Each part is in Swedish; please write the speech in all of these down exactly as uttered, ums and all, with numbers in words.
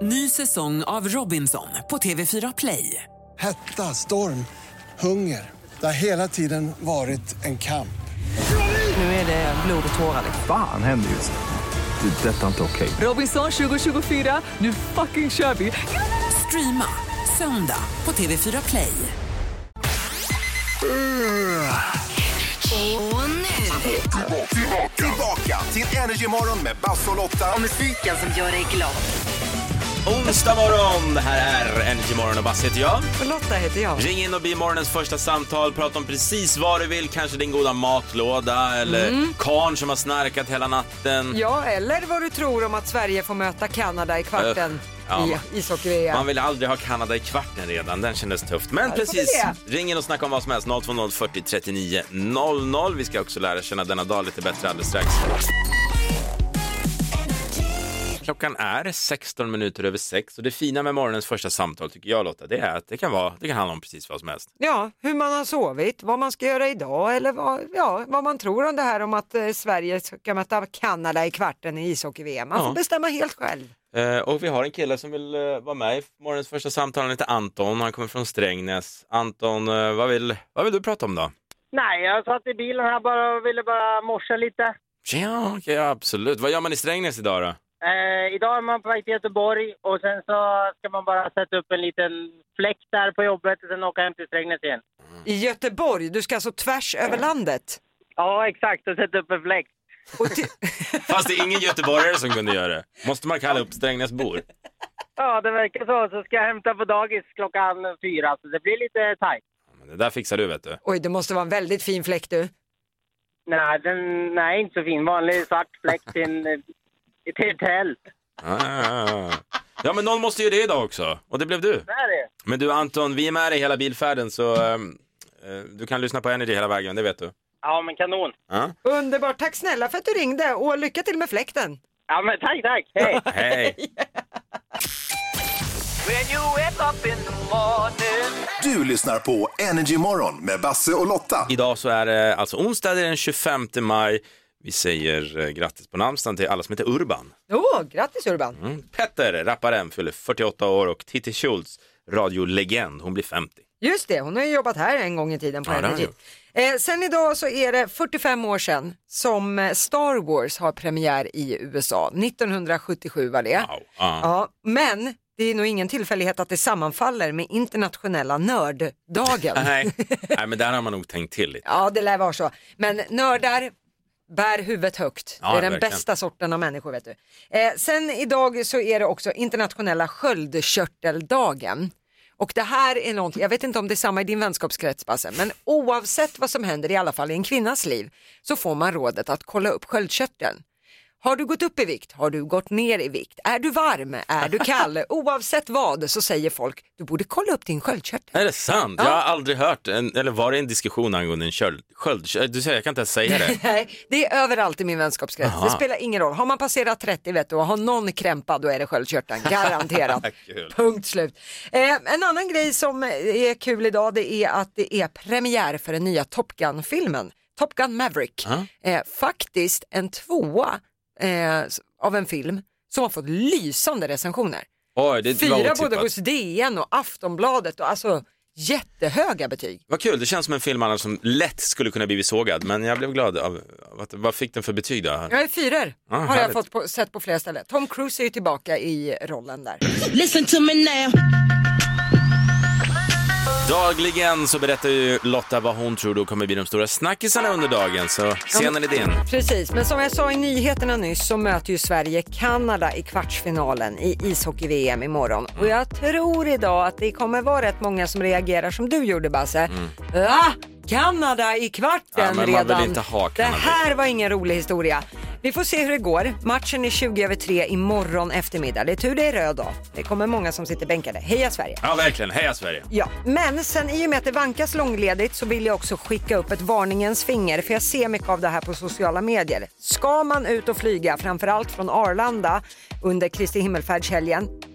Ny säsong av Robinson på T V fyra Play. Hetta, storm, hunger. Det har hela tiden varit en kamp. Nu är det blod och tårar. Fan händer just det. Det är detta inte okej. Robinson tjugo tjugofyra, nu fucking kör vi. Streama söndag på T V fyra Play. Och nu Tillbaka, tillbaka till Energy Morgon med Basse och Lotta. och musiken som gör dig glad. Onsdag morgon, det här är Energy Morgon och Basse heter jag. Och Lotta heter jag. Ring in och bli morgonens första samtal, prata om precis vad du vill, kanske din goda matlåda eller mm. karn som har snarkat hela natten. Ja, eller vad du tror om att Sverige får möta Kanada i kvarten uh, ja, i ishockey-V M. Man vill aldrig ha Kanada i kvarten redan, den kändes tufft. Men ja, precis, ring in och snacka om vad som helst, noll två noll fyrtio trettionio noll noll. Vi ska också lära känna denna dag lite bättre alldeles strax. Klockan är sexton minuter över sex och det fina med morgonens första samtal tycker jag, Lotta, det är att det kan, vara, det kan handla om precis vad som helst. Ja, hur man har sovit, vad man ska göra idag eller vad, ja, vad man tror om det här om att eh, Sverige ska möta Kanada i kvarten i ishockey-V M. Man ja. får bestämma helt själv. Eh, och vi har en kille som vill eh, vara med i morgonens första samtal, han heter Anton, han kommer från Strängnäs. Anton, eh, vad, vill, vad vill du prata om då? Nej, jag satt i bilen här bara och ville bara morsa lite. Ja, okay, absolut. Vad gör man i Strängnäs idag då? Eh, idag är man på väg till Göteborg och sen så ska man bara sätta upp en liten fläkt där på jobbet och sen åka hem till Strängnäs igen. Mm. I Göteborg? Du ska alltså tvärs över landet? Ja, exakt. Och sätta upp en fläkt. Fast det är ingen göteborgare som kunde göra det. Måste man kalla upp Strängnäsbor? Ja, det verkar så. Så ska jag hämta på dagis klockan fyra. Så det blir lite tajt. Ja, men det där fixar du, vet du. Oj, det måste vara en väldigt fin fläkt, du. Nej, den nej, inte så fin. Vanlig svart fläkt till... Till tält. Ah. Ja, men någon måste ju det idag också. Och det blev du. Det är det. Men du Anton, vi är med dig hela bilfärden så um, uh, du kan lyssna på Energy hela vägen, det vet du. Ja, men kanon. Ah. Underbart, tack snälla för att du ringde och lycka till med fläkten. Ja, men tack, tack. Hej. Hej. Du lyssnar på Energy Morgon med Basse och Lotta. Idag så är det alltså onsdag den tjugofemte maj. Vi säger eh, grattis på namnsdagen till alla som heter Urban. Åh, oh, grattis Urban. Mm. Petter, rapparen, fyller fyrtioåtta år och Titti Schultz, radiolegend, hon blir femtio. Just det, hon har ju jobbat här en gång i tiden på ja, Energy. Eh, sen idag så är det fyrtiofem år sedan som Star Wars har premiär i U S A. nittonhundrasjuttiosju var det. Wow. Uh. Ja, men det är nog ingen tillfällighet att det sammanfaller med internationella nörddagen. Nej. Nej, men där har man nog tänkt till lite. Ja, det lär vara så. Men nördar bär huvudet högt. Ja, det är den verkligen. bästa sorten av människor, vet du. Eh, sen idag så är det också internationella sköldkörteldagen. Och det här är något, jag vet inte om det är samma i din vänskapskrets, Basse, men oavsett vad som händer, i alla fall i en kvinnas liv, så får man rådet att kolla upp sköldkörteln. Har du gått upp i vikt? Har du gått ner i vikt? Är du varm? Är du kall? Oavsett vad så säger folk, du borde kolla upp din sköldkörtel. Är det sant? Ja. Jag har aldrig hört, en, eller var det en diskussion angående en köld, sköld? Du säger, jag kan inte ens säga det. Nej, det är överallt i min vänskapskrets. Det spelar ingen roll. Har man passerat trettio, vet du, och har någon krämpa, då är det sköldkörteln. Garanterat. Punkt slut. Eh, en annan grej som är kul idag, det är att det är premiär för den nya Top Gun-filmen. Top Gun Maverick. Uh-huh. Eh, faktiskt en tvåa Eh, av en film som har fått lysande recensioner. Oj, det Fyra både hos D N och Aftonbladet och alltså jättehöga betyg. Vad kul, det känns som en film annars som lätt skulle kunna bli sågad, men jag blev glad av, av att, vad fick den för betyg då? Ja, fyror ah, har härligt. jag fått på, sett på flera ställen. Tom Cruise är ju tillbaka i rollen där. Listen to me now. Dagligen så berättar ju Lotta vad hon tror då kommer bli de stora snackisarna under dagen, så scenen är din. Precis, men som jag sa i nyheterna nyss så möter ju Sverige Kanada i kvartsfinalen i ishockey-V M imorgon. Och jag tror idag att det kommer vara rätt många som reagerar som du gjorde, Basse. Mm. Ah, Kanada i kvarten ja, men redan. Man vill inte ha Kanada. Det här var ingen rolig historia. Vi får se hur det går. Matchen är tjugo över tre imorgon eftermiddag. Det är tur det är röd dag. Det kommer många som sitter bänkade. Heja Sverige! Ja, verkligen. Heja Sverige! Ja, men sen i och med att det vankas långledigt så vill jag också skicka upp ett varningens finger. För jag ser mycket av det här på sociala medier. Ska man ut och flyga, framförallt från Arlanda under Kristi himmelfärdshelgen,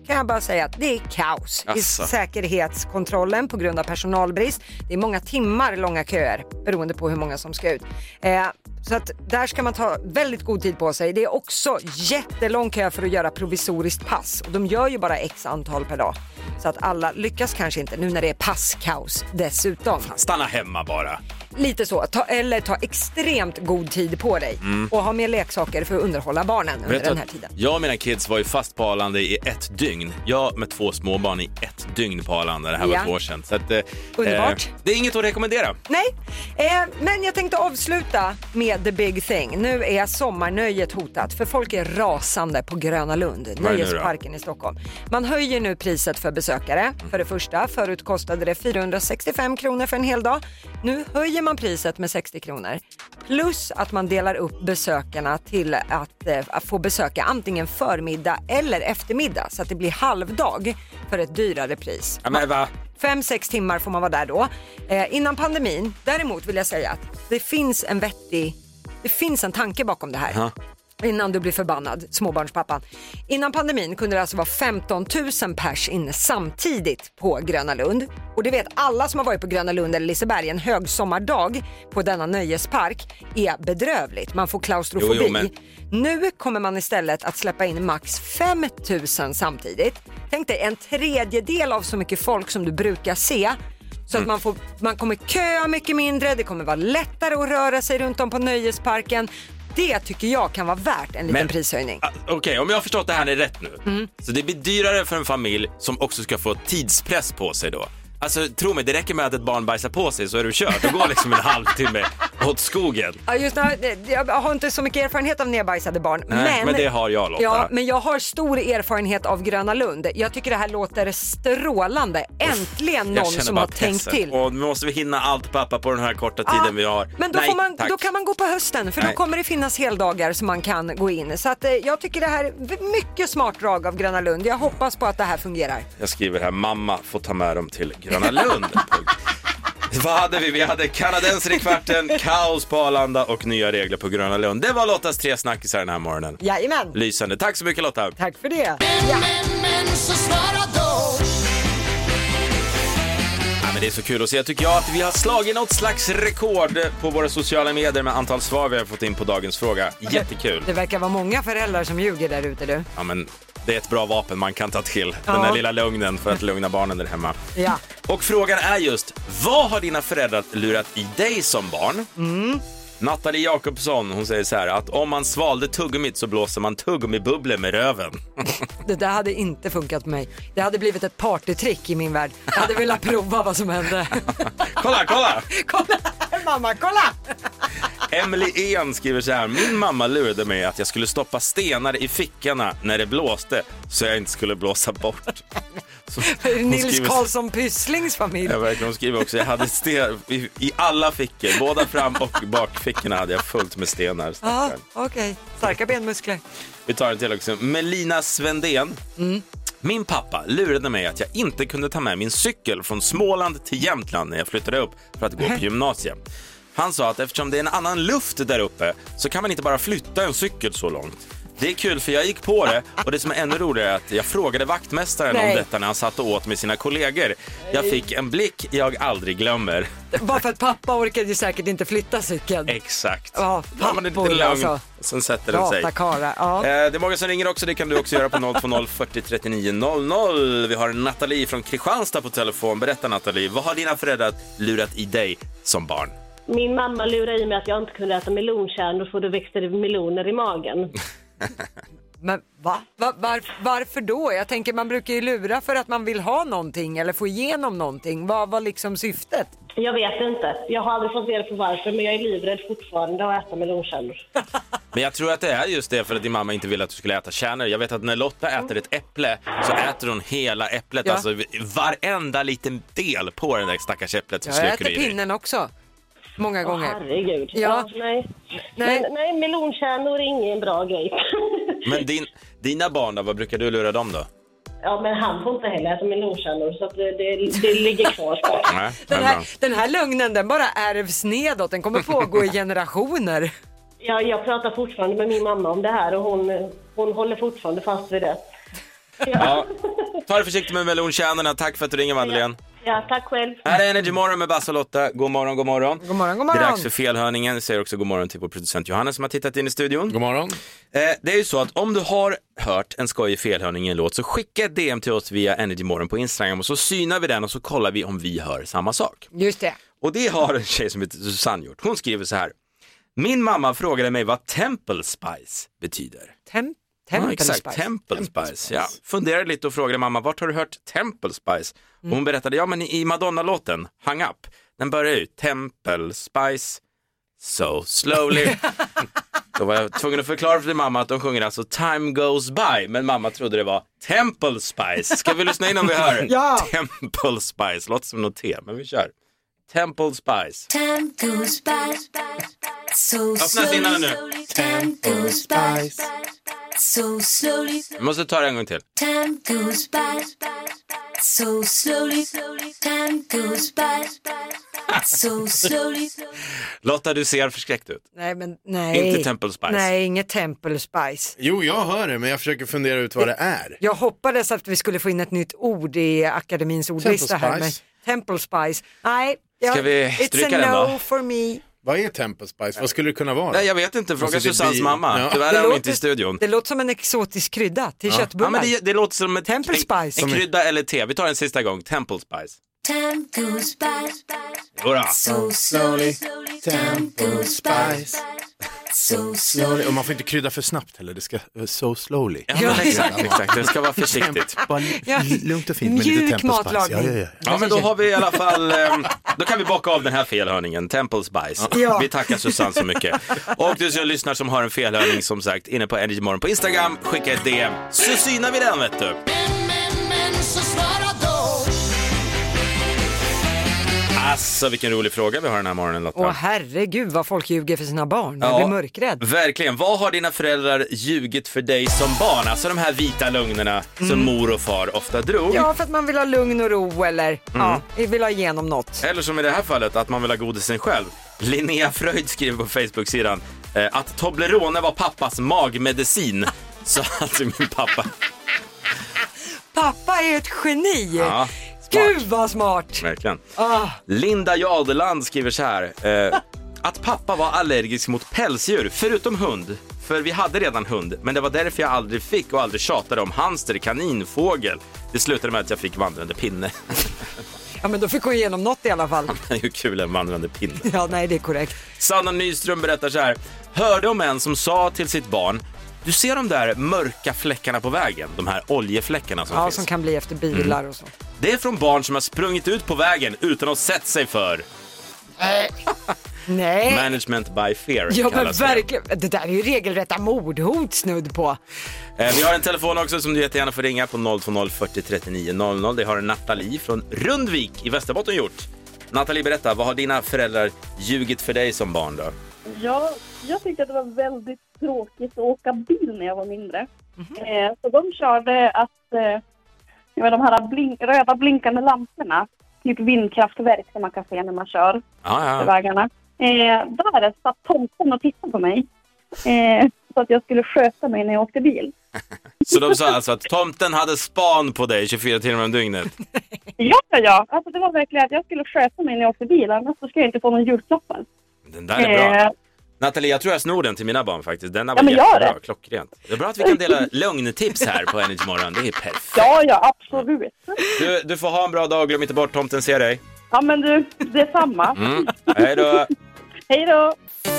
kan jag bara säga att det är kaos i Asså. säkerhetskontrollen på grund av personalbrist. Det är många timmar långa köer beroende på hur många som ska ut. Eh, så att där ska man ta väldigt god tid på sig. Det är också jättelång kö för att göra provisoriskt pass. Och de gör ju bara x antal per dag. Så att alla lyckas kanske inte nu när det är passkaos dessutom. Stanna hemma bara. Lite så, ta, eller ta extremt god tid på dig mm. och ha med leksaker för att underhålla barnen under den här tiden. Jag och mina kids var ju fast på Arlanda i ett dygn. Jag med två småbarn i ett dygn på Arlanda. Det här ja. var två år sedan. Så att, eh, Underbart. Det är inget att rekommendera. Nej, eh, men jag tänkte avsluta med the big thing. Nu är sommarnöjet hotat för folk är rasande på Gröna Lund, nöjesparken i Stockholm. Man höjer nu priset för besökare. Mm. För det första, förut kostade det fyrahundrasextiofem kronor för en hel dag. Nu höjer man priset med sextio kronor. Plus att man delar upp besökarna till att, eh, att få besöka antingen förmiddag eller eftermiddag. Så att det blir halvdag för ett dyrare pris. Ja, men va? Fem, sex timmar får man vara där då. Eh, innan pandemin, däremot vill jag säga att det finns en vettig, det finns en tanke bakom det här. Ja. Innan du blir förbannad, småbarnspappan. Innan pandemin kunde det alltså vara femton tusen pers inne samtidigt på Gröna Lund. Och det vet alla som har varit på Gröna Lund eller Liseberg. En högsommardag på denna nöjespark är bedrövligt. Man får klaustrofobi. Jo, jo, men... Nu kommer man istället att släppa in max fem tusen samtidigt. Tänk dig en tredjedel av så mycket folk som du brukar se. Så mm. att man, får, man kommer köa mycket mindre. Det kommer vara lättare att röra sig runt om på nöjesparken. Det tycker jag kan vara värt en liten Men, prishöjning. Okej, okay, om jag har förstått det här är rätt nu. Mm. Så det blir dyrare för en familj som också ska få tidspress på sig då. Alltså, tro mig, det räcker med att ett barn bajsar på sig så är du kört. Det går liksom en halvtimme åt skogen. Ja, just det, jag har inte så mycket erfarenhet av nedbajsade barn. Nej, men, men det har jag, Lotta. Ja, men jag har stor erfarenhet av Gröna Lund. Jag tycker det här låter strålande. Äntligen någon som har tänkt pressen. till. Och nu måste vi hinna allt, pappa, på den här korta tiden ja, vi har. Men då, Nej, får man, då kan man gå på hösten, för Nej. då kommer det finnas heldagar som man kan gå in. Så att, eh, jag tycker det här är mycket smart drag av Gröna Lund. Jag hoppas på att det här fungerar. Jag skriver här, mamma får ta med dem till Gröna Lund. Vad hade vi? Vi hade kanadenser i kvarten, kaos på Arlanda och nya regler på Gröna Lund. Det var Lottas tre snackisar den här morgonen. Jajamän. Lysande. Tack så mycket, Lotta. Tack för det. Ja. Ja, men det är så kul att se. Jag tycker jag att vi har slagit något slags rekord på våra sociala medier med antal svar vi har fått in på dagens fråga. Jättekul. Det verkar vara många föräldrar som ljuger där ute, du. Ja, men det är ett bra vapen man kan ta till. Ja. Den där lilla lugnen för att lugna barnen där hemma. Ja. Och frågan är just, vad har dina föräldrar lurat i dig som barn? Mm. Nathalie Jakobsson, hon säger så här, att om man svalde tuggummit så blåser man tuggummi-bubblor med röven. Det där hade inte funkat på mig. Det hade blivit ett partytrick i min värld. Jag hade velat prova vad som hände. Kolla, kolla! Kolla, mamma, kolla! Emily En skriver så här, min mamma lurade mig att jag skulle stoppa stenar i fickorna när det blåste så jag inte skulle blåsa bort. Så, Nils skriver, Karlsson Pysslings familj. Ja, verkligen. Hon skriver också, jag hade sten i, i alla fickor, båda fram- och bakfickorna hade jag fullt med stenar. Ja, okej. Okay. Starka benmuskler. Vi tar en till också. Melina Svendén. Mm. Min pappa lurade mig att jag inte kunde ta med min cykel från Småland till Jämtland när jag flyttade upp för att gå på gymnasiet. Han sa att eftersom det är en annan luft där uppe så kan man inte bara flytta en cykel så långt. Det är kul för jag gick på det och det som är ännu roligare är att jag frågade vaktmästaren Nej. om detta när han satt och åt med sina kollegor. Jag fick en blick jag aldrig glömmer. Bara för att pappa orkade ju säkert inte flytta cykeln. Exakt. Ja, pappor alltså. Sen sätter den sig. Kara, ja. Det är många som ringer också, det kan du också göra på noll två noll fyrtio trettionio noll noll. Vi har Nathalie från Kristianstad på telefon. Berätta Nathalie, vad har dina föräldrar lurat i dig som barn? Min mamma lurade i mig att jag inte kunde äta melonkärnor för då växte det meloner i magen. Men va? va var, varför då? Jag tänker man brukar ju lura för att man vill ha någonting eller få igenom någonting. Vad var liksom syftet? Jag vet inte. Jag har aldrig fått reda på varför, men jag är livrädd fortfarande att äta melonkärnor. Men jag tror att det är just det för att din mamma inte ville att du skulle äta kärnor. Jag vet att när Lotta äter ett äpple så äter hon hela äpplet. Ja. Alltså varenda liten del på den där stackars äpplet. Så jag äter pinnen också. Många Åh, gånger. Herregud. Ja. Ja, nej. Nej. Men, nej, melonkärnor är ingen bra grej. Men din, dina barn då, vad brukar du lura dem då? Ja, men han får inte heller äta melonkärnor så att det, det, det ligger kvar. Nej, den, här, den här lögnen, den bara ärvs nedåt. Den kommer pågå i generationer. Ja, jag pratar fortfarande med min mamma om det här och hon, hon håller fortfarande fast vid det. Ja. Ja, Ta det försiktigt med melonkärnorna. Tack för att du ringer, Madeleine. Ja, tack själv. Här är Energy Morgon med Basse och Lotta. God morgon, god morgon. God morgon, god morgon. Det är dags för felhörningen. Vi säger också god morgon till vår producent Johannes som har tittat in i studion. God morgon. Eh, det är ju så att om du har hört en skojig felhörning i en låt så skicka ett D M till oss via Energy Morgon på Instagram och så synar vi den och så kollar vi om vi hör samma sak. Just det. Och det har en tjej som heter Susanne gjort. Hon skriver så här. Min mamma frågade mig vad Temple Spice betyder. Tem- Temple ja, exakt, Spice. Temple, Temple Spice. Spice. Ja. Funderade lite och frågade mamma, vart har du hört Temple Spice? Mm. Och hon berättade, ja men i Madonna-låten, Hang Up, den börjar ju Temple Spice, so slowly. Då var jag tvungen att förklara för din mamma att de sjunger alltså Time Goes By, men mamma trodde det var Temple Spice. Ska vi lyssna in om vi hör? Ja. Temple Spice, låter som något te, men vi kör. Temple Spice. Time goes by, so Öppna sinnarna nu. Time goes by, so slowly. Vi måste ta det en gång till. Time goes by, so slowly. Time goes by, so slowly. Lotta, du ser förskräckt ut. Nej, men nej. Inte Temple Spice. Nej, inget Temple Spice. Jo, jag hör det, men jag försöker fundera ut vad det är. Jag hoppades att vi skulle få in ett nytt ord i akademins ordlista här. Men Temple Spice. Nej. Ska jag, vi stryka it's a den då? no for me. Vad är Temple Spice? Vad skulle det kunna vara? Nej, jag vet inte. Fråga Alltså, det Susannes blir- mamma. Ja. Tyvärr Det är hon låter- inte i studion. Det låter som en exotisk krydda till Ja. köttbullar. Ja, men det, det låter som ett, Temple en, Spice. en krydda eller te. Vi tar en sista gång. Temple Spice. Time goes by, Jodå. so slowly. Time goes by, so slowly. Och man får inte krydda för snabbt heller. Det ska uh, so slowly. Ja, men exakt, exakt. Det ska vara försiktigt. Bara Ja. l- lugnt och fint med Mjuk lite Temple Spice. matlagning. Ja, ja, ja. Ja, men då har vi i alla fall, eh, då kan vi bocka av den här felhörningen, Temple Spice. Ja. Vi tackar Susanne så mycket. Och du som lyssnar som har en felhörning, som sagt, inne på Energy Morgon på Instagram, skicka ett D M, så synar vi den, vet du. Alltså, vilken rolig fråga vi har den här morgonen, Lotta. Åh herregud vad folk ljuger för sina barn. Jag Ja. blir mörkrädd. Verkligen. Vad har dina föräldrar ljugit för dig som barn? Alltså de här vita lögnerna som mor och far ofta drog. Ja, för att man vill ha lugn och ro eller ja, vill ha igenom något. Eller som i det här fallet, att man vill ha godisen själv. Linnea Fröjd skriver på Facebook-sidan eh, att Toblerone var pappas magmedicin. Så alltså min pappa. Pappa är ett geni. Ja, Gud vad smart. verkligen. Ah. Linda Jaldeland skriver så här. Eh, att pappa var allergisk mot pälsdjur, förutom hund. För vi hade redan hund, men det var därför jag aldrig fick och aldrig tjatade om hamster, kanin, fågel. Det slutade med att jag fick vandrande pinne. Ja, men då fick hon igenom något i alla fall. Det är ju kul, en vandrande pinne. Ja, nej, det är korrekt. Sanna Nyström berättar så här. Hörde om en som sa till sitt barn: du ser de där mörka fläckarna på vägen, de här oljefläckarna som Ja, finns. som kan bli efter bilar och så. Det är från barn som har sprungit ut på vägen utan att sett sig för. Nej. Management by fear Ja, men kallas det. verkligen. Det där är ju regelrätta mordhot snudd på. Eh, Vi har en telefon också som du jättegärna får ringa på noll två noll fyrtio trettionio noll noll. Det har Nathalie från Rundvik i Västerbotten gjort. Nathalie, berätta, vad har dina föräldrar ljugit för dig som barn då? Ja, jag tyckte att det var väldigt tråkigt att åka bil när jag var mindre. Eh, så de körde att eh, jag vet, de här blink, röda blinkande lamporna, typ vindkraftverk som man kan se när man kör Ja, på ja. vägarna. Eh, där satt tomten och tittade på mig. Eh, så att jag skulle sköta mig när jag åkte bil. Så de sa alltså att tomten hade span på dig tjugofyra timmar om dygnet. Ja, ja, ja. Alltså det var verkligen att jag skulle sköta mig när jag åkte bil. Annars så skulle jag inte få någon julklappar. Den där är bra. Eh, Nathalie, jag tror jag snor den till mina barn faktiskt. Den var Ja, men gör jättebra, det. klockrent. Det är bra att vi kan dela lögntips här på Energy Morgon. Det är perfekt. ja, ja, absolut. Du, du får ha en bra dag, glöm inte bort tomten ser dig. Ja, men du, det är samma. Mm. Hej då. Hej då.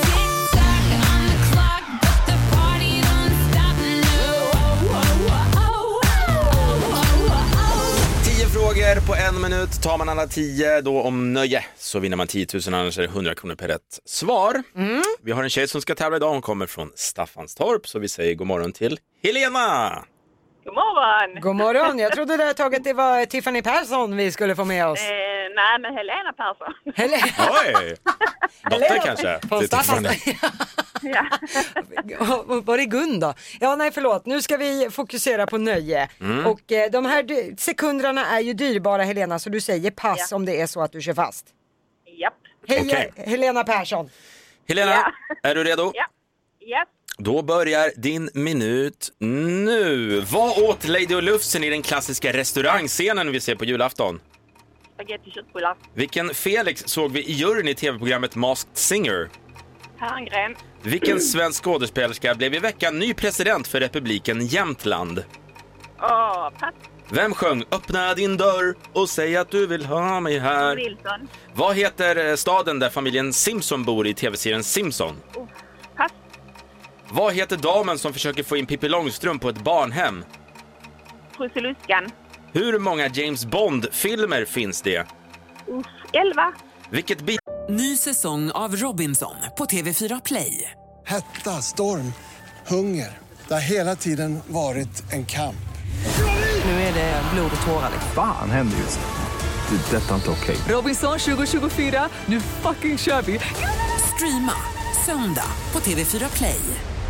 Tio frågor på en minut. Tar man alla tio då om nöje så vinner man tio tusen, annars är det hundra kronor per rätt svar. Mm. Vi har en tjej som ska tävla idag. Hon kommer från Staffanstorp, så vi säger god morgon till Helena. God morgon! God morgon. Jag trodde det här taget det var Tiffany Persson vi skulle få med oss. Eh, nej, men Helena Persson. Helena. Oj! Dotter kanske? Från Det är Staffanstorp. Ja. Var det Gun då? Ja, nej förlåt. Nu ska vi fokusera på nöje. Mm. Och eh, de här dy- sekunderna är ju dyrbara, Helena, så du säger pass om det är så att du kör fast. Japp. Hej, Okej. Helena Persson. Helena, Ja. är du redo? Ja. Yes. Då börjar din minut nu. Vad åt Lady och Lufsen i den klassiska restaurangscenen vi ser på julafton? Spaghetti köttbullar. Vilken Felix såg vi i juryn i tv-programmet Masked Singer? Herngren. Vilken svensk skådespelerska blev i veckan ny president för republiken Jämtland? Åh, pass. Vem sjöng Öppna din dörr och säg att du vill ha mig här? Wilson. Vad heter staden där familjen Simpson bor i tv-serien Simpson? Oh, pass. Vad heter damen som försöker få in Pippi Långstrump på ett barnhem? Prussiluskan. Hur många James Bond-filmer finns det? Uff, elva. Vilket bi- Ny säsong av Robinson på T V fyra Play. Hetta, storm, hunger. Det har hela tiden varit en kamp. Nu är det blod och tårar. Fan händer just det. Det är detta inte okej. Robinson tjugo tjugofyra, nu fucking kör vi. Streama söndag på T V fyra Play.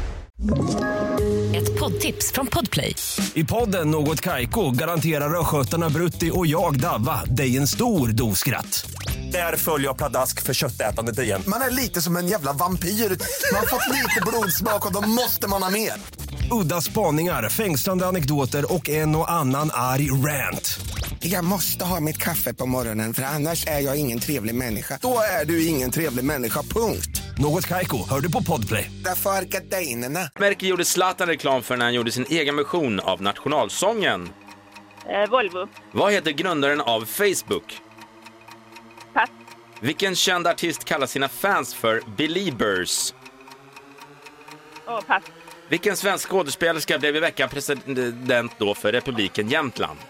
Ett poddtips från Podplay. I podden Något Kaiko garanterar röskötarna Brutti och jag Davva dig en stor doskratt. Där följer jag pladask för köttätandet igen. Man är lite som en jävla vampyr. Man har fått lite blodsmak och då måste man ha mer. Udda spaningar, fängslande anekdoter och en och annan arg rant. Jag måste ha mitt kaffe på morgonen för annars är jag ingen trevlig människa. Då är du ingen trevlig människa, punkt. Något Kaiko, hör du på Podplay. Därför är gardinerna. märke gjorde Zlatan reklam för när han gjorde sin egen version av nationalsången? Eh, Volvo. Vad heter grundaren av Facebook? Pass. Vilken känd artist kallar sina fans för Beliebers? Åh, pass. Vilken svensk skådespelerska blev i veckan president då för republiken Jämtland?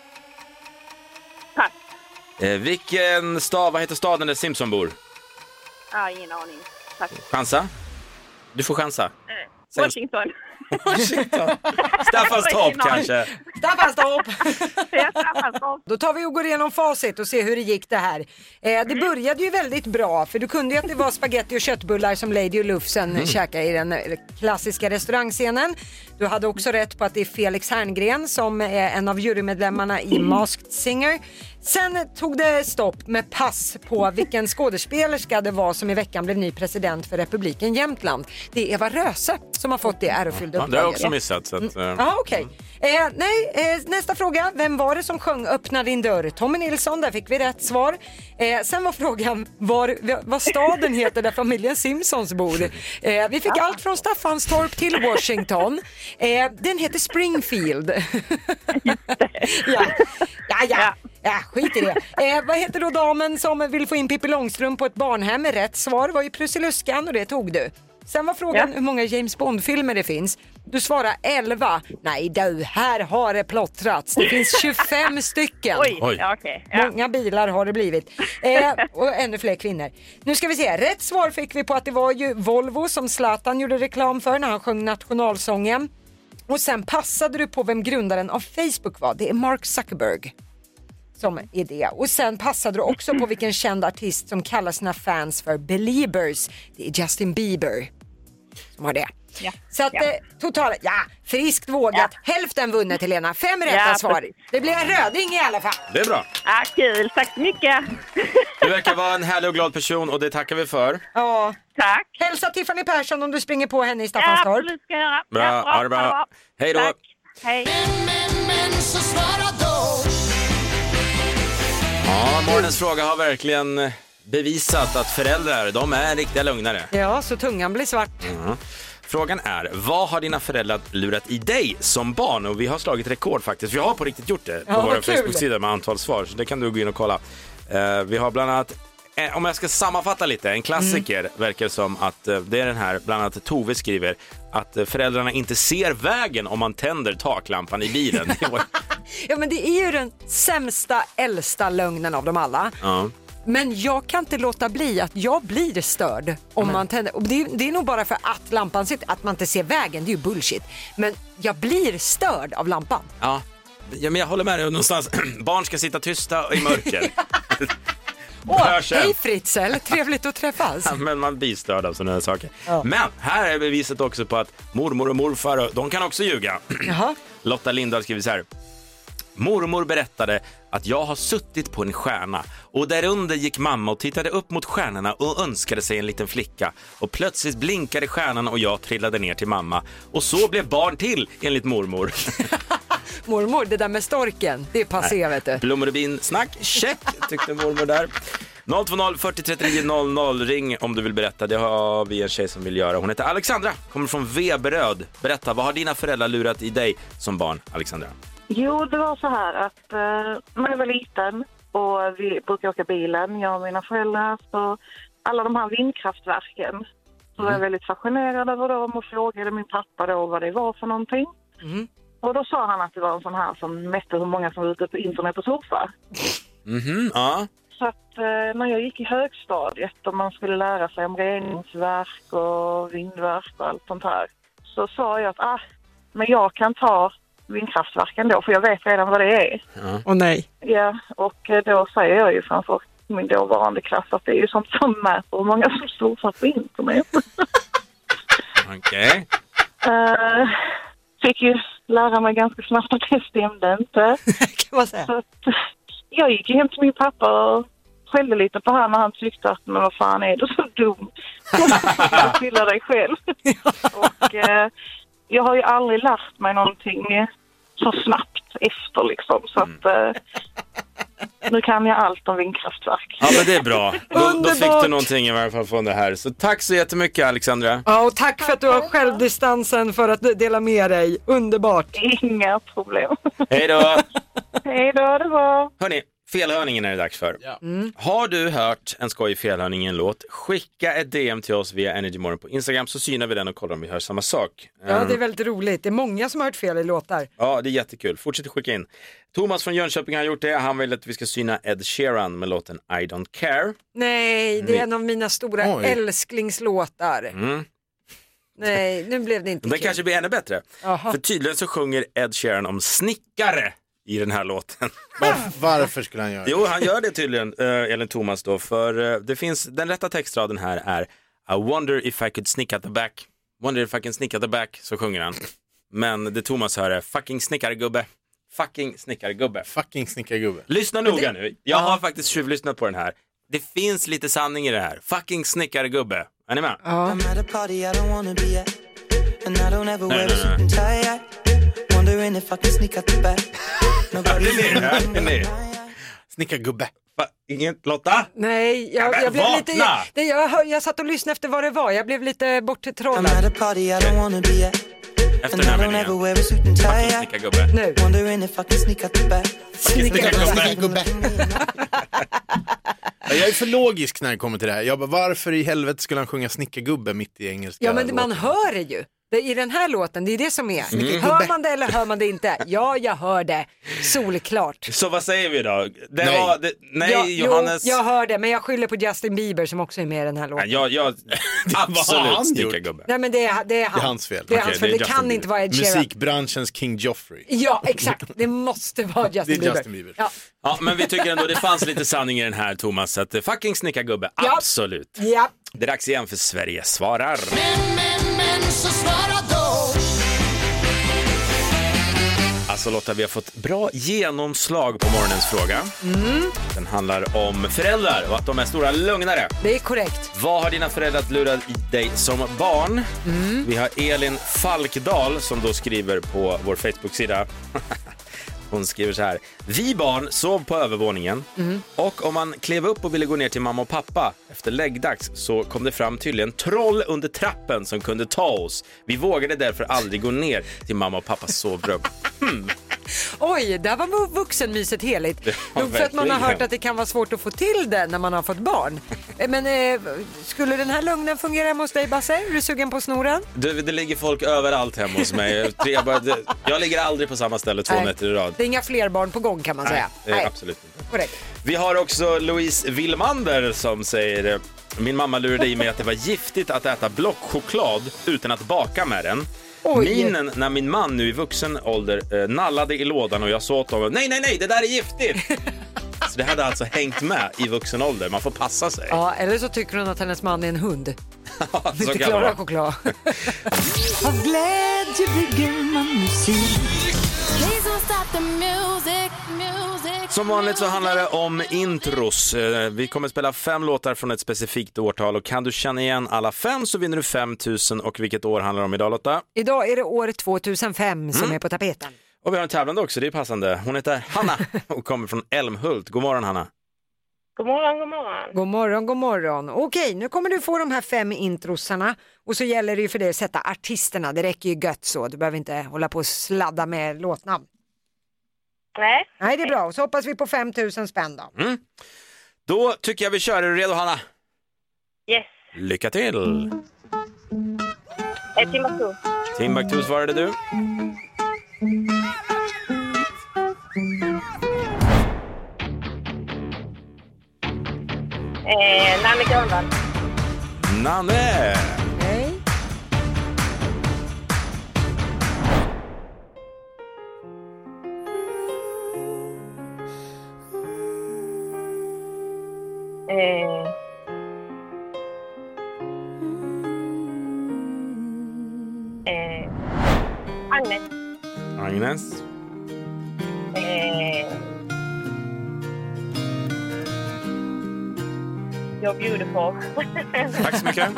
Pass. Eh, vilken stad, vad heter staden där Simpson bor? Ah, ingen aning. Pass. Chansa? Du får chansa. Eh, Washington. Washington. Staffanstorp kanske. Staffanstorp. Då tar vi och går igenom facit och ser hur det gick det här. Eh, det började ju väldigt bra, för du kunde ju att det var spaghetti och köttbullar som Lady och Lufsen mm. käkade i den klassiska restaurangscenen. Du hade också rätt på att det är Felix Herngren som är en av jurymedlemmarna i Masked Singer. Sen tog det stopp med pass på vilken skådespelerska det var som i veckan blev ny president för republiken Jämtland. Det är Eva Röse som har fått det ärofyllda uppdraget. Ja, det har jag också missat. Så att, mm. Ja, okej. Okay. Eh, nej, eh, nästa fråga. Vem var det som sjöng Öppna din dörr? Tommy Nilsson, där fick vi rätt svar. Eh, sen var frågan var, vad staden heter där familjen Simpsons bor. Eh, vi fick ja. allt från Staffanstorp till Washington. Eh, den heter Springfield. ja. Ja, ja. Ja, skit i det. Eh, vad heter då damen som vill få in Pippi Långstrump på ett barnhem? Rätt svar var ju Prussiluskan och det tog du. Sen var frågan ja. hur många James Bond-filmer det finns. Du svarar elva. Nej du, här har det plottrats. Det finns tjugofem stycken. Oj, Oj. Ja, okay. ja. Många bilar har det blivit. Eh, och ännu fler kvinnor. Nu ska vi se, rätt svar fick vi på att det var ju Volvo som Zlatan gjorde reklam för när han sjöng nationalsången. Och sen passade du på vem grundaren av Facebook var. Det är Mark Zuckerberg som är det. Och sen passade du också på vilken känd artist som kallar sina fans för Beliebers. Det är Justin Bieber som har det. Ja. Så att ja. Eh, totalt, ja, friskt vågat. Ja. Hälften vunnet, Helena. Fem rätta ja, svar. Precis. Det blir en röding i alla fall. Det är bra. Ja, kul. Tack så mycket. Du verkar vara en härlig och glad person och det tackar vi för. Ja. Tack. Hälsa Tiffany Persson om du springer på henne i Staffanstorp. Ja, absolut ska jag göra. Bra, ja, bra, ha det bra. bra. Hej då. Tack. Hej. Men, men, men, så svara då. Ja, morgonens fråga har verkligen bevisat att föräldrar, de är riktiga lugnare. Ja, så tungan blir svart. Mm. Frågan är, vad har dina föräldrar lurat i dig som barn? Och vi har slagit rekord faktiskt. Vi har på riktigt gjort det på ja, vår Facebook-sida med antal svar. Så det kan du gå in och kolla. Uh, vi har bland annat, eh, om jag ska sammanfatta lite, en klassiker mm. verkar som att uh, det är den här, bland annat Tove skriver att uh, föräldrarna inte ser vägen om man tänder taklampan i bilen. Ja, men det är ju den sämsta, äldsta lögnen av dem alla. Ja. Men jag kan inte låta bli att jag blir störd om mm. man tänder. Och det, är, det är nog bara för att lampan sitter, att man inte ser vägen, det är ju bullshit. Men jag blir störd av lampan. Ja, ja men jag håller med dig någonstans. Barn ska sitta tysta i mörker. Åh, hej Fritzl, trevligt att träffas. Ja, men man blir störd av sådana här saker. Ja. Men här är beviset också på att mormor och morfar, de kan också ljuga. Jaha. Lotta Lindahl skriver så här. Mormor berättade att jag har suttit på en stjärna och därunder gick mamma och tittade upp mot stjärnorna och önskade sig en liten flicka. Och plötsligt blinkade stjärnan och jag trillade ner till mamma. Och så blev barn till, enligt mormor. Mormor, det där med storken, det är passé, vet du. Blommor och bin, snack, check, tyckte mormor där. noll två noll fyrtio trettionio noll noll, ring om du vill berätta. Det har vi en tjej som vill göra. Hon heter Alexandra, kommer från Veberöd. Berätta, vad har dina föräldrar lurat i dig som barn, Alexandra? Jo, det var så här att eh, när jag var liten och vi brukade åka bilen, jag och mina föräldrar, så alla de här vindkraftverken, så var jag väldigt fascinerad över dem och frågade min pappa då vad det var för någonting. Mm. Och då sa han att det var en sån här som mätte hur många som var ute på internet och surfa. Mhm, ja. Så att eh, när jag gick i högstadiet och man skulle lära sig om reningsverk och vindverk och allt sånt här, så sa jag att ah, men jag kan ta vindkraftverken då, för jag vet redan vad det är. Ja. Och nej. Ja, och då säger jag ju framför min dåvarande klass att det är ju sånt som mäter hur många som surfar på internet. Okej. Okay. Uh, fick ju lära mig ganska snabbt att det stämde inte. Kan man säga. Så att, jag gick hem till min pappa och skällde lite på honom när han tyckte att men vad fan är du så dum? Jag skyller dig själv. Och uh, jag har ju aldrig lärt mig någonting så snabbt efter liksom, så att uh, nu kan jag allt om vindkraftverk. Ja, men det är bra. Då, då fick du någonting i varje fall från det här. Så tack så jättemycket, Alexandra. Ja, och tack för att du har självdistansen för att dela med dig. Underbart. Inga problem. Hej då. Hej då, det var. Hörni, felhörningen är det dags för. Ja. Mm. Har du hört en skoj felhörning i en låt? Skicka ett D M till oss via Energy Morgon på Instagram, så synar vi den och kollar om vi hör samma sak. Ja, det är väldigt roligt. Det är många som har hört fel i låtar. Ja, det är jättekul. Fortsätt skicka in. Thomas från Jönköping har gjort det. Han vill att vi ska syna Ed Sheeran med låten I Don't Care. Nej, det är en av mina stora Oj. älsklingslåtar. Mm. Nej, nu blev det inte Den kul. kanske blir ännu bättre. Aha. För tydligen så sjunger Ed Sheeran om snickare i den här låten. Var, varför skulle han göra det? Jo, han gör det tydligen, uh, enligt Thomas då. För uh, det finns, den rätta textraden här är I wonder if I could snick at the back. Wonder if I can snick at the back, så sjunger han. Men det Thomas hör är fucking snickargubbe. Fucking snickargubbe. Fucking snickargubbe. Lyssna noga nu. Jag har faktiskt tjuvlyssnat på den här. Det finns lite sanning i det här. Fucking snickargubbe. Är ni med? Ja. Snickargubbe. Ingen Lotta? Nej, jag, Ja, jag blev vakna! lite det, jag, hör- jag satt och lyssnade efter vad det var. Jag blev lite borttrollad. Efter den här meningen. Fucking snickargubbe. Nu. Snickargubbe. Jag är för logisk när det kommer till det här. Jag bara, varför i helvete skulle han sjunga snickargubbe mitt i engelska? Ja, men man låten? hör det ju. Det, I den här låten, det är det som är. Mm. Hör man det eller hör man det inte? Ja, jag hör det. Solklart. Så vad säger vi då? Det Nej. Var, det, nej, ja, Johannes. Jo, jag hör det, men jag skyller på Justin Bieber som också är med i den här låten. Ja, jag, han absolut gjort. snickargubbe. Nej, men det är, det är han. Det är hans fel. Det är Okej, hans det är fel. Det, Justin kan Bieber. inte vara Ed Sheeran. Musikbranschens King Joffrey. Ja, exakt. Det måste vara Justin Det är Bieber. Justin Bieber. Ja. Ja, men vi tycker ändå det fanns lite sanning i den här, Thomas. Så att eh, fucking snickargubbe, Ja. absolut. Ja. Det är dags igen för Sverige svarar. Men, men, men så svara då. Alltså Lotta, vi har fått bra genomslag på morgonens fråga. Mm, Den handlar om föräldrar och att de är stora lögnare. det är korrekt. Vad har dina föräldrar lurat i dig som barn? Mm. Vi har Elin Falkdal som då skriver på vår Facebook-sida. Hon skriver så här: vi barn sov på övervåningen Mm. och om man klev upp och ville gå ner till mamma och pappa efter läggdags så kom det fram tydligen troll under trappen som kunde ta oss. Vi vågade därför aldrig gå ner till mamma och pappas sovrum. Hmm. Oj, där var vuxenmyset heligt. Ja, Nog för att man har verkligen. hört att det kan vara svårt att få till det när man har fått barn. Eh, Men eh, skulle den här lögnen fungera hemma hos dig, Basse? Är du sugen på snoren? Det, det ligger folk överallt hemma hos mig. Tre, bara, det, jag ligger aldrig på samma ställe två Nej. nätter i rad. Det är inga fler barn på gång kan man säga. Nej, absolut inte. Korrekt. Vi har också Louise Willmander som säger: eh, min mamma lurade i mig att det var giftigt att äta blockchoklad utan att baka med den. Oj. Minen när min man nu i vuxen ålder eh, nallade i lådan och jag sa åt honom: nej, nej, nej, det där är giftigt. Så det hade alltså hängt med i vuxen ålder. Man får passa sig. Ja, eller så tycker hon att hennes man är en hund. Så Inte kan det Klara vara. choklad. Av glädje bygger man musik. Som vanligt så handlar det om intros. Vi kommer spela fem låtar från ett specifikt årtal och kan du känna igen alla fem så vinner du fem tusen. Och vilket år handlar det om idag, Lotta? Idag är det år tvåtusenfem som Mm. är på tapeten. Och vi har en tävlande också, det är passande. Hon heter Hanna och kommer från Älmhult. God morgon, Hanna. God morgon, god morgon. God morgon, god morgon. Okej, nu kommer du få de här fem introsarna och så gäller det ju för dig att sätta artisterna. Det räcker ju gött så, du behöver inte hålla på och sladda med låtnamn. Nej. Nej, det är bra. Så hoppas vi på fem tusen spänn då. Mm. Då tycker jag vi kör. Är du redo, Hanna? Yes. Lycka till. Ett Timbuktu. Timbuktu svarade du. Eh, Nanne Grönvall. Nanne. Nej. Eh. Eh. Agnes. Agnes. Eh. You're beautiful. Tack så mycket.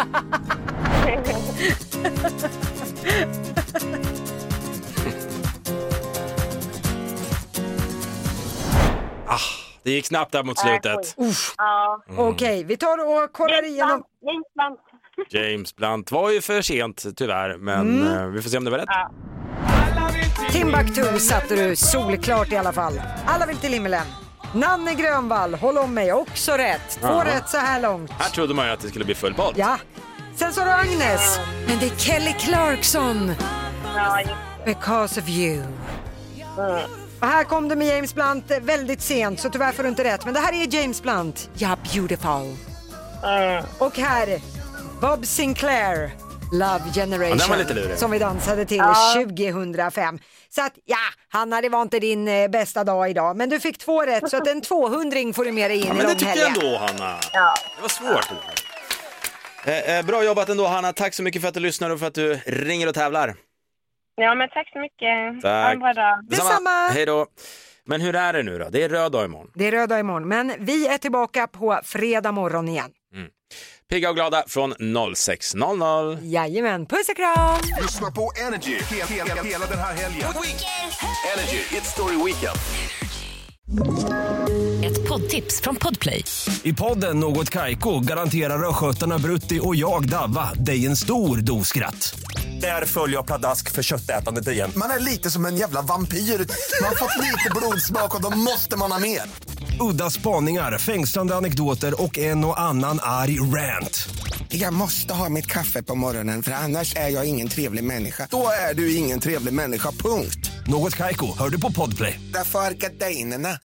Ah, det gick snabbt där mot slutet. Uff. Ja. Mm. Okej, vi tar och kollar igenom. James Blunt. James Blunt var ju för sent tyvärr, men Mm. eh, vi får se om det var rätt. Ja. Timbuktu satte du solklart i alla fall. Alla vill till himmelen. Nanne Grönvall, håll om mig, också rätt. Två Ja. rätt så här långt. Här trodde man ju att det skulle bli full pott. Ja. Sen så har du Agnes. Men det är Kelly Clarkson. Ja, just Because of you. Mm. Och här kom du med James Blunt väldigt sent, så tyvärr får du inte rätt. Men det här är James Blunt. Ja, beautiful. Mm. Och här, Bob Sinclair. Love Generation. Ja, den var lite lurig. Som vi dansade till Ja. tjugohundrafem. Så att, ja, Hanna, det var inte din eh, bästa dag idag. Men du fick två rätt, så att en tvåhundring får du med dig in Ja, i men det tycker jag långhelgen. ändå, Hanna. Ja. Det var svårt. Eh, eh, bra jobbat ändå, Hanna. Tack så mycket för att du lyssnar och för att du ringer och tävlar. Ja, men tack så mycket. Tack. Ha en bra dag. Detsamma. Hej då. Men hur är det nu då? Det är röd dag imorgon. Det är röd dag imorgon, men vi är tillbaka på fredag morgon igen. Pigga och glada från noll sex noll noll. Jajamän, puss och kram! Lyssna på Energy hela, hela, hela den här helgen. Energy, It's Story Weekend. Ett poddtips från Podplay. I podden Något Kaiko garanterar östgötarna Brutti och jag Davva dig en stor dos skratt. Där följer jag pladask för köttätandet igen. Man är lite som en jävla vampyr. Man har fått lite blodsmak och då måste man ha mer. Udda spaningar, fängslande anekdoter och en och annan arg rant. Jag måste ha mitt kaffe på morgonen för annars är jag ingen trevlig människa. Då är du ingen trevlig människa, punkt. Något Kaiko, hör du på Podplay. Därför är gardinerna.